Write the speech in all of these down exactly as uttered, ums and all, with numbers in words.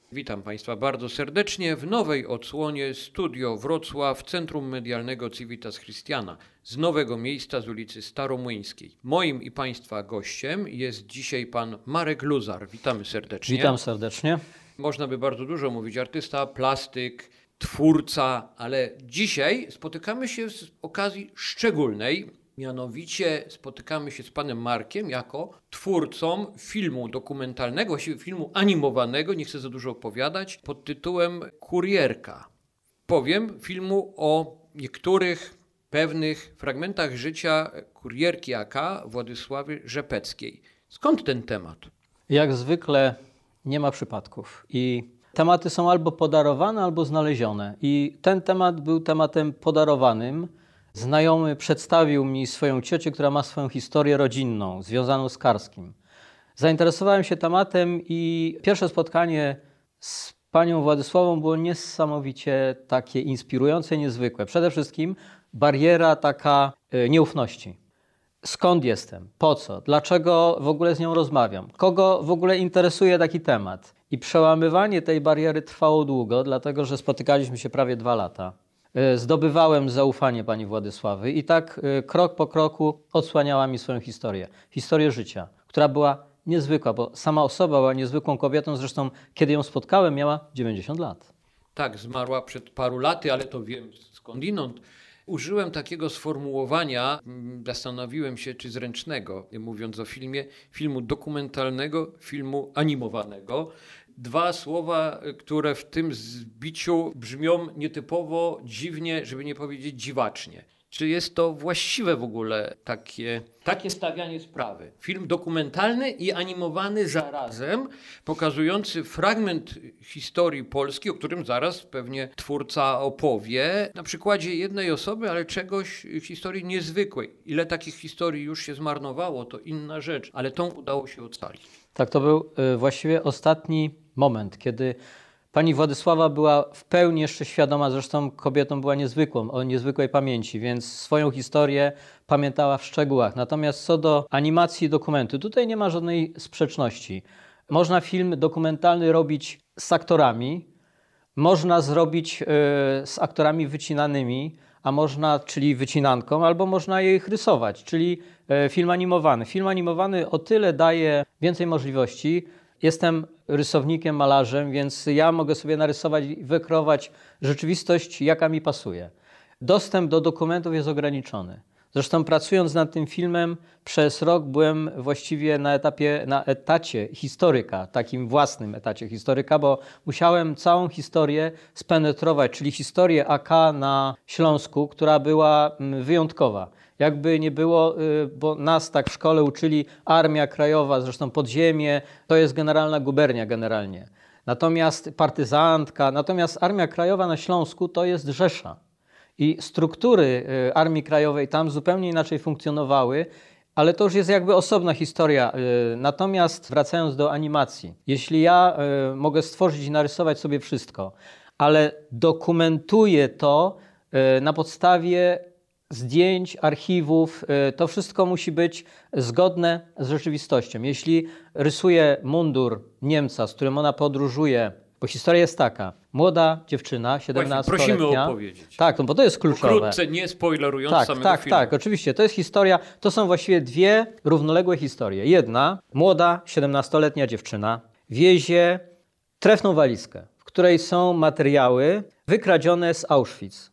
Witam Państwa bardzo serdecznie w nowej odsłonie Studio Wrocław, Centrum Medialnego Civitas Christiana, z nowego miejsca z ulicy Staromłyńskiej. Moim i Państwa gościem jest dzisiaj pan Marek Luzar. Witamy serdecznie. Witam serdecznie. Można by bardzo dużo mówić, artysta, plastyk, twórca, ale dzisiaj spotykamy się z okazji szczególnej. Mianowicie spotykamy się z panem Markiem jako twórcą filmu dokumentalnego, właściwie filmu animowanego, nie chcę za dużo opowiadać, pod tytułem Kurierka. Powiem filmu o niektórych pewnych fragmentach życia kurierki A K Władysławy Rzepeckiej. Skąd ten temat? Jak zwykle nie ma przypadków i tematy są albo podarowane, albo znalezione. I ten temat był tematem podarowanym. Znajomy przedstawił mi swoją ciocię, która ma swoją historię rodzinną związaną z Karskim. Zainteresowałem się tematem i pierwsze spotkanie z panią Władysławą było niesamowicie takie inspirujące, niezwykłe. Przede wszystkim bariera taka nieufności. Skąd jestem? Po co? Dlaczego w ogóle z nią rozmawiam? Kogo w ogóle interesuje taki temat? I przełamywanie tej bariery trwało długo, dlatego że spotykaliśmy się prawie dwa lata. Zdobywałem zaufanie pani Władysławy i tak krok po kroku odsłaniała mi swoją historię. Historię życia, która była niezwykła, bo sama osoba była niezwykłą kobietą. Zresztą kiedy ją spotkałem, miała dziewięćdziesiąt lat. Tak, zmarła przed paru laty, ale to wiem skądinąd. Użyłem takiego sformułowania, zastanowiłem się, czy zręcznego, mówiąc o filmie, filmu dokumentalnego, filmu animowanego. Dwa słowa, które w tym zbiciu brzmią nietypowo, dziwnie, żeby nie powiedzieć dziwacznie. Czy jest to właściwe w ogóle takie, takie stawianie sprawy? Film dokumentalny i animowany zarazem, pokazujący fragment historii Polski, o którym zaraz pewnie twórca opowie, na przykładzie jednej osoby, ale czegoś, historii niezwykłej. Ile takich historii już się zmarnowało, to inna rzecz, ale tą udało się ocalić. Tak, to był właściwie ostatni moment, kiedy pani Władysława była w pełni jeszcze świadoma, zresztą kobietą była niezwykłą, o niezwykłej pamięci, więc swoją historię pamiętała w szczegółach. Natomiast co do animacji i dokumentu, tutaj nie ma żadnej sprzeczności. Można film dokumentalny robić z aktorami, można zrobić y, z aktorami wycinanymi, a można, czyli wycinanką, albo można ich rysować, czyli y, film animowany. Film animowany o tyle daje więcej możliwości. Jestem rysownikiem, malarzem, więc ja mogę sobie narysować i wykreować rzeczywistość, jaka mi pasuje. Dostęp do dokumentów jest ograniczony. Zresztą pracując nad tym filmem przez rok byłem właściwie na etapie, na etacie historyka, takim własnym etacie historyka, bo musiałem całą historię spenetrować, czyli historię A K na Śląsku, która była wyjątkowa. Jakby nie było, bo nas tak w szkole uczyli Armia Krajowa, zresztą podziemie, to jest generalna gubernia generalnie. Natomiast partyzantka, natomiast Armia Krajowa na Śląsku to jest Rzesza. I struktury Armii Krajowej tam zupełnie inaczej funkcjonowały, ale to już jest jakby osobna historia. Natomiast wracając do animacji, jeśli ja mogę stworzyć i narysować sobie wszystko, ale dokumentuję to na podstawie zdjęć, archiwów, to wszystko musi być zgodne z rzeczywistością. Jeśli rysuję mundur Niemca, z którym ona podróżuje, bo historia jest taka, młoda dziewczyna, siedemnastoletnia. Prosimy opowiedzieć. Tak, no bo to jest kluczowe. Wkrótce, nie spoilerując tak, samego tak, filmu. Tak, tak, oczywiście. To jest historia, to są właściwie dwie równoległe historie. Jedna, młoda, siedemnastoletnia dziewczyna wiezie trefną walizkę, w której są materiały wykradzione z Auschwitz.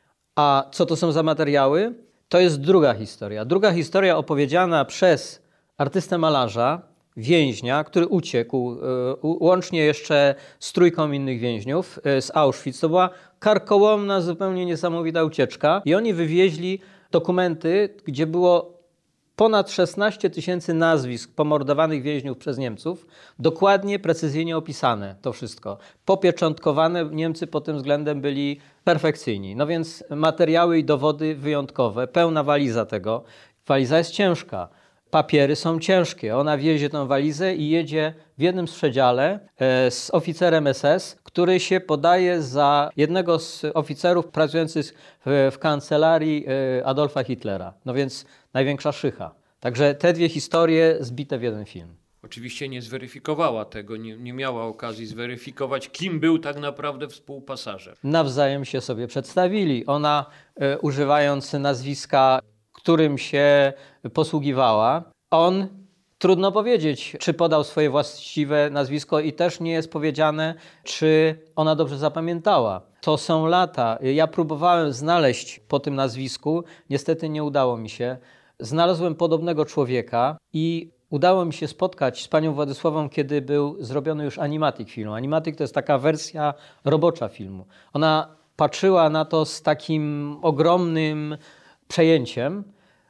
A co to są za materiały? To jest druga historia. Druga historia opowiedziana przez artystę malarza, więźnia, który uciekł, łącznie jeszcze z trójką innych więźniów z Auschwitz. To była karkołomna, zupełnie niesamowita ucieczka. I oni wywieźli dokumenty, gdzie było ponad szesnaście tysięcy nazwisk pomordowanych więźniów przez Niemców, dokładnie, precyzyjnie opisane to wszystko. Popieczątkowane, Niemcy pod tym względem byli perfekcyjni. No więc materiały i dowody wyjątkowe, pełna waliza tego. Waliza jest ciężka. Papiery są ciężkie. Ona wiezie tę walizę i jedzie w jednym z przedziale e, z oficerem S S, który się podaje za jednego z oficerów pracujących w, w kancelarii e, Adolfa Hitlera. No więc największa szycha. Także te dwie historie zbite w jeden film. oczywiście nie zweryfikowała tego, nie, nie miała okazji zweryfikować, kim był tak naprawdę współpasażer. Nawzajem się sobie przedstawili. Ona y, używając nazwiska, którym się posługiwała, on, trudno powiedzieć, czy podał swoje właściwe nazwisko i też nie jest powiedziane, czy ona dobrze zapamiętała. To są lata. Ja próbowałem znaleźć po tym nazwisku, niestety nie udało mi się. Znalazłem podobnego człowieka i udało mi się spotkać z panią Władysławą, kiedy był zrobiony już animatic film. Animatic to jest taka wersja robocza filmu. Ona patrzyła na to z takim ogromnym przejęciem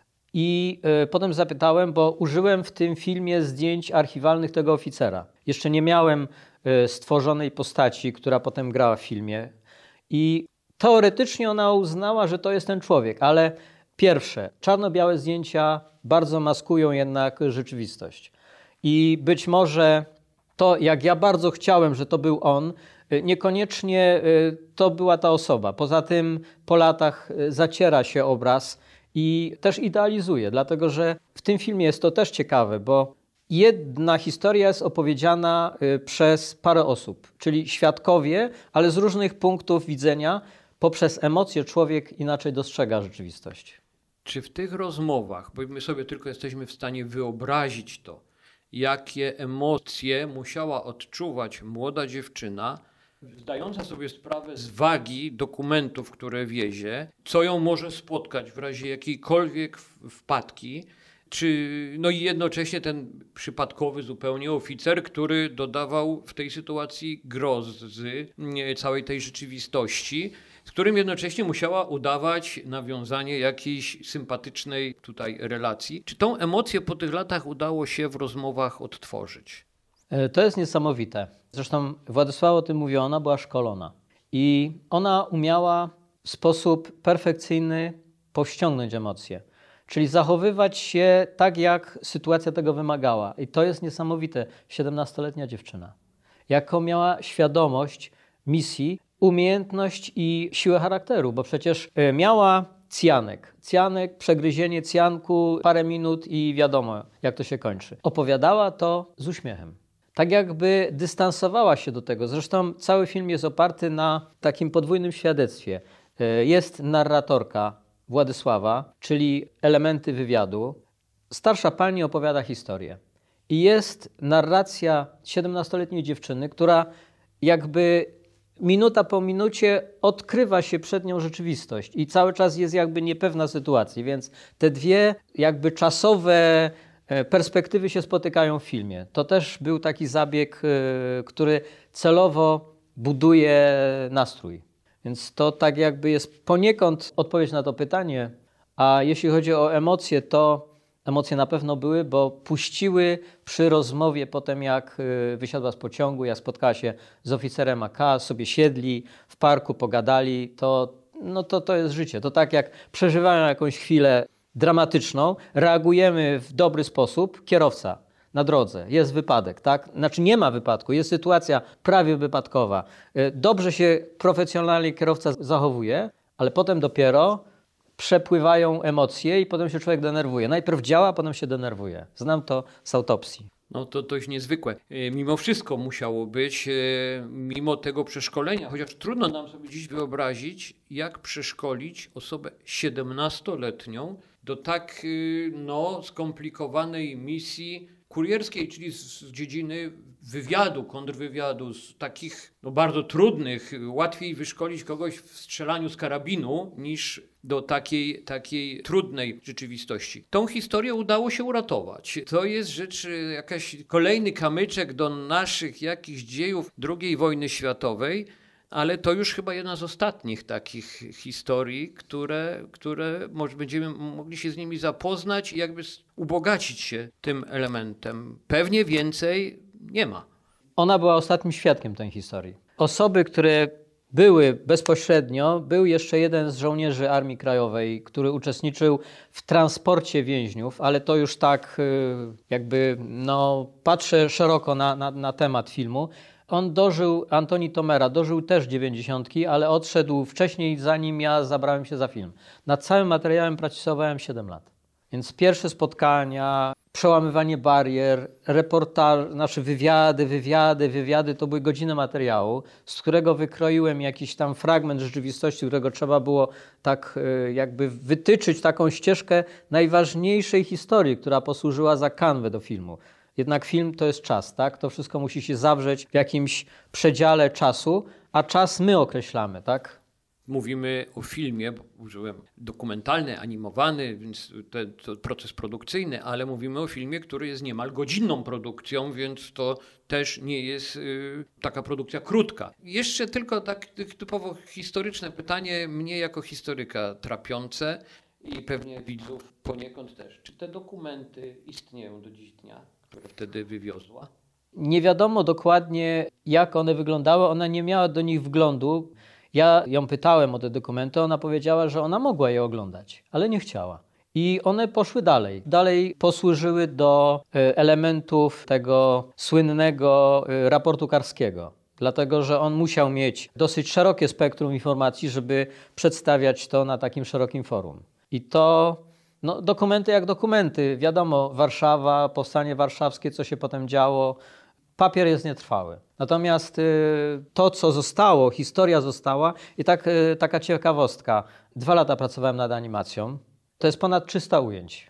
i y, potem zapytałem, bo użyłem w tym filmie zdjęć archiwalnych tego oficera. Jeszcze nie miałem y, stworzonej postaci, która potem grała w filmie i teoretycznie ona uznała, że to jest ten człowiek, ale pierwsze, czarno-białe zdjęcia bardzo maskują jednak rzeczywistość. I być może to, jak ja bardzo chciałem, że to był on, niekoniecznie to była ta osoba. Poza tym po latach zaciera się obraz i też idealizuje, dlatego że w tym filmie jest to też ciekawe, bo jedna historia jest opowiedziana przez parę osób, czyli świadkowie, ale z różnych punktów widzenia. Poprzez emocje człowiek inaczej dostrzega rzeczywistość. Czy w tych rozmowach, bo my sobie tylko jesteśmy w stanie wyobrazić to, jakie emocje musiała odczuwać młoda dziewczyna, zdająca sobie sprawę z wagi dokumentów, które wiezie, co ją może spotkać w razie jakiejkolwiek wpadki, czy, no i jednocześnie ten przypadkowy zupełnie oficer, który dodawał w tej sytuacji grozy całej tej rzeczywistości, z którym jednocześnie musiała udawać nawiązanie jakiejś sympatycznej tutaj relacji. Czy tą emocję po tych latach udało się w rozmowach odtworzyć? To jest niesamowite. Zresztą Władysława o tym mówiła, ona była szkolona. I ona umiała w sposób perfekcyjny powściągnąć emocje. Czyli zachowywać się tak, jak sytuacja tego wymagała. I to jest niesamowite. siedemnastoletnia dziewczyna. Jaką miała świadomość misji, umiejętność i siłę charakteru, bo przecież miała cjanek. Cjanek, przegryzienie cjanku, parę minut i wiadomo, jak to się kończy. Opowiadała to z uśmiechem. Tak jakby dystansowała się do tego. Zresztą cały film jest oparty na takim podwójnym świadectwie. Jest narratorka Władysława, czyli elementy wywiadu. Starsza pani opowiada historię. I jest narracja siedemnastoletniej dziewczyny, która jakby minuta po minucie odkrywa się przed nią rzeczywistość i cały czas jest jakby niepewna sytuacji, więc te dwie jakby czasowe perspektywy się spotykają w filmie. To też był taki zabieg, który celowo buduje nastrój. Więc to tak jakby jest poniekąd odpowiedź na to pytanie, a jeśli chodzi o emocje, to emocje na pewno były, bo puściły przy rozmowie potem, jak wysiadła z pociągu, jak spotkała się z oficerem A K, sobie siedli w parku, pogadali, to, no to, to jest życie. To tak jak przeżywają jakąś chwilę dramatyczną, reagujemy w dobry sposób, kierowca na drodze, jest wypadek, tak? Znaczy nie ma wypadku, jest sytuacja prawie wypadkowa. Dobrze się profesjonalnie kierowca zachowuje, ale potem dopiero przepływają emocje i potem się człowiek denerwuje. Najpierw działa, potem się denerwuje. Znam to z autopsji. No to dość niezwykłe. Mimo wszystko musiało być, mimo tego przeszkolenia, chociaż trudno nam sobie dziś wyobrazić, jak przeszkolić osobę siedemnastoletnią do tak no, skomplikowanej misji kurierskiej, czyli z, z dziedziny wywiadu, kontrwywiadu, z takich no, bardzo trudnych. Łatwiej wyszkolić kogoś w strzelaniu z karabinu niż do takiej, takiej trudnej rzeczywistości. Tą historię udało się uratować. To jest rzecz, jakaś kolejny kamyczek do naszych jakichś dziejów drugiej wojny światowej, ale to już chyba jedna z ostatnich takich historii, które, które może będziemy mogli się z nimi zapoznać i jakby ubogacić się tym elementem. Pewnie więcej nie ma. Ona była ostatnim świadkiem tej historii. Osoby, które były bezpośrednio, był jeszcze jeden z żołnierzy Armii Krajowej, który uczestniczył w transporcie więźniów, ale to już tak jakby, no patrzę szeroko na, na, na temat filmu. On dożył, Antoni Tomera, dożył też dziewięćdziesiątki, ale odszedł wcześniej, zanim ja zabrałem się za film. Nad całym materiałem pracowałem siedem lat. Więc pierwsze spotkania, przełamywanie barier, reportaż, znaczy wywiady, wywiady, wywiady, to były godziny materiału, z którego wykroiłem jakiś tam fragment rzeczywistości, którego trzeba było tak jakby wytyczyć taką ścieżkę najważniejszej historii, która posłużyła za kanwę do filmu. Jednak film to jest czas, tak? To wszystko musi się zawrzeć w jakimś przedziale czasu, a czas my określamy, tak? Mówimy o filmie, bo użyłem dokumentalny, animowany, więc te, to proces produkcyjny, ale mówimy o filmie, który jest niemal godzinną produkcją, więc to też nie jest y, taka produkcja krótka. Jeszcze tylko tak typowo historyczne pytanie, mnie jako historyka trapiące i pewnie widzów poniekąd też. Czy te dokumenty istnieją do dziś dnia, które wtedy wywiozła? Nie wiadomo dokładnie, jak one wyglądały. Ona nie miała do nich wglądu. Ja ją pytałem o te dokumenty, ona powiedziała, że ona mogła je oglądać, ale nie chciała. I one poszły dalej. Dalej posłużyły do elementów tego słynnego raportu Karskiego. Dlatego, że on musiał mieć dosyć szerokie spektrum informacji, żeby przedstawiać to na takim szerokim forum. I to no, dokumenty jak dokumenty. Wiadomo, Warszawa, powstanie warszawskie, co się potem działo. Papier jest nietrwały. Natomiast y, to, co zostało, historia została i tak, y, taka ciekawostka. Dwa lata pracowałem nad animacją. To jest ponad trzysta ujęć.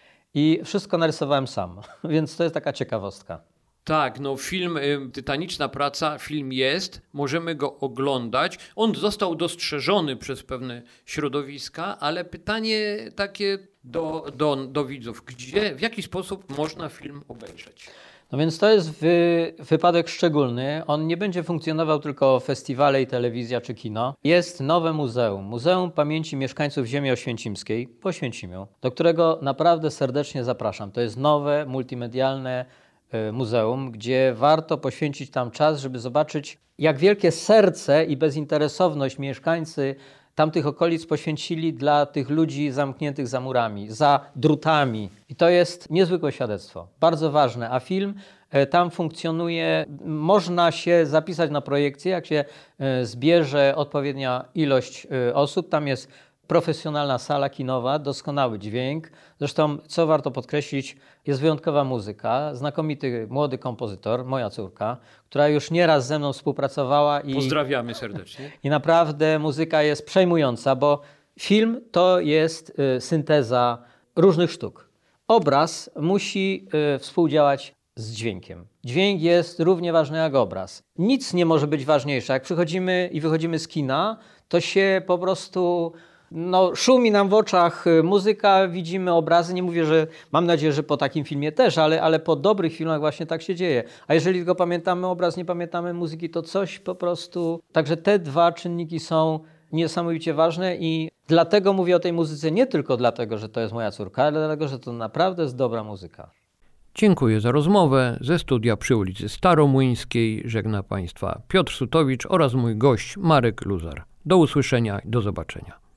I wszystko narysowałem sam, więc to jest taka ciekawostka. Tak, no film, y, tytaniczna praca, film jest, możemy go oglądać. On został dostrzeżony przez pewne środowiska, ale pytanie takie do, do, do widzów. Gdzie, w jaki sposób można film obejrzeć? No więc to jest wy, wypadek szczególny. On nie będzie funkcjonował tylko festiwale i telewizja czy kino. Jest nowe muzeum. Muzeum Pamięci Mieszkańców Ziemi Oświęcimskiej w Oświęcimiu, do którego naprawdę serdecznie zapraszam. To jest nowe, multimedialne y, muzeum, gdzie warto poświęcić tam czas, żeby zobaczyć, jak wielkie serce i bezinteresowność mieszkańcy tamtych okolic poświęcili dla tych ludzi zamkniętych za murami, za drutami. I to jest niezwykłe świadectwo, bardzo ważne. A film tam funkcjonuje, można się zapisać na projekcję, jak się zbierze odpowiednia ilość osób. Tam jest profesjonalna sala kinowa, doskonały dźwięk. Zresztą, co warto podkreślić, jest wyjątkowa muzyka. Znakomity młody kompozytor, moja córka, która już nieraz ze mną współpracowała. I, Pozdrawiamy serdecznie. I naprawdę muzyka jest przejmująca, bo film to jest y, synteza różnych sztuk. Obraz musi y, współdziałać z dźwiękiem. Dźwięk jest równie ważny jak obraz. Nic nie może być ważniejsze. Jak przychodzimy i wychodzimy z kina, to się po prostu... No, szumi nam w oczach muzyka, widzimy obrazy. Nie mówię, że mam nadzieję, że po takim filmie też, ale, ale po dobrych filmach właśnie tak się dzieje. A jeżeli tylko pamiętamy obraz, nie pamiętamy muzyki, to coś po prostu... Także te dwa czynniki są niesamowicie ważne i dlatego mówię o tej muzyce nie tylko dlatego, że to jest moja córka, ale dlatego, że to naprawdę jest dobra muzyka. Dziękuję za rozmowę. Ze studia przy ulicy Staromłyńskiej żegna Państwa Piotr Sutowicz oraz mój gość Marek Luzar. Do usłyszenia i do zobaczenia.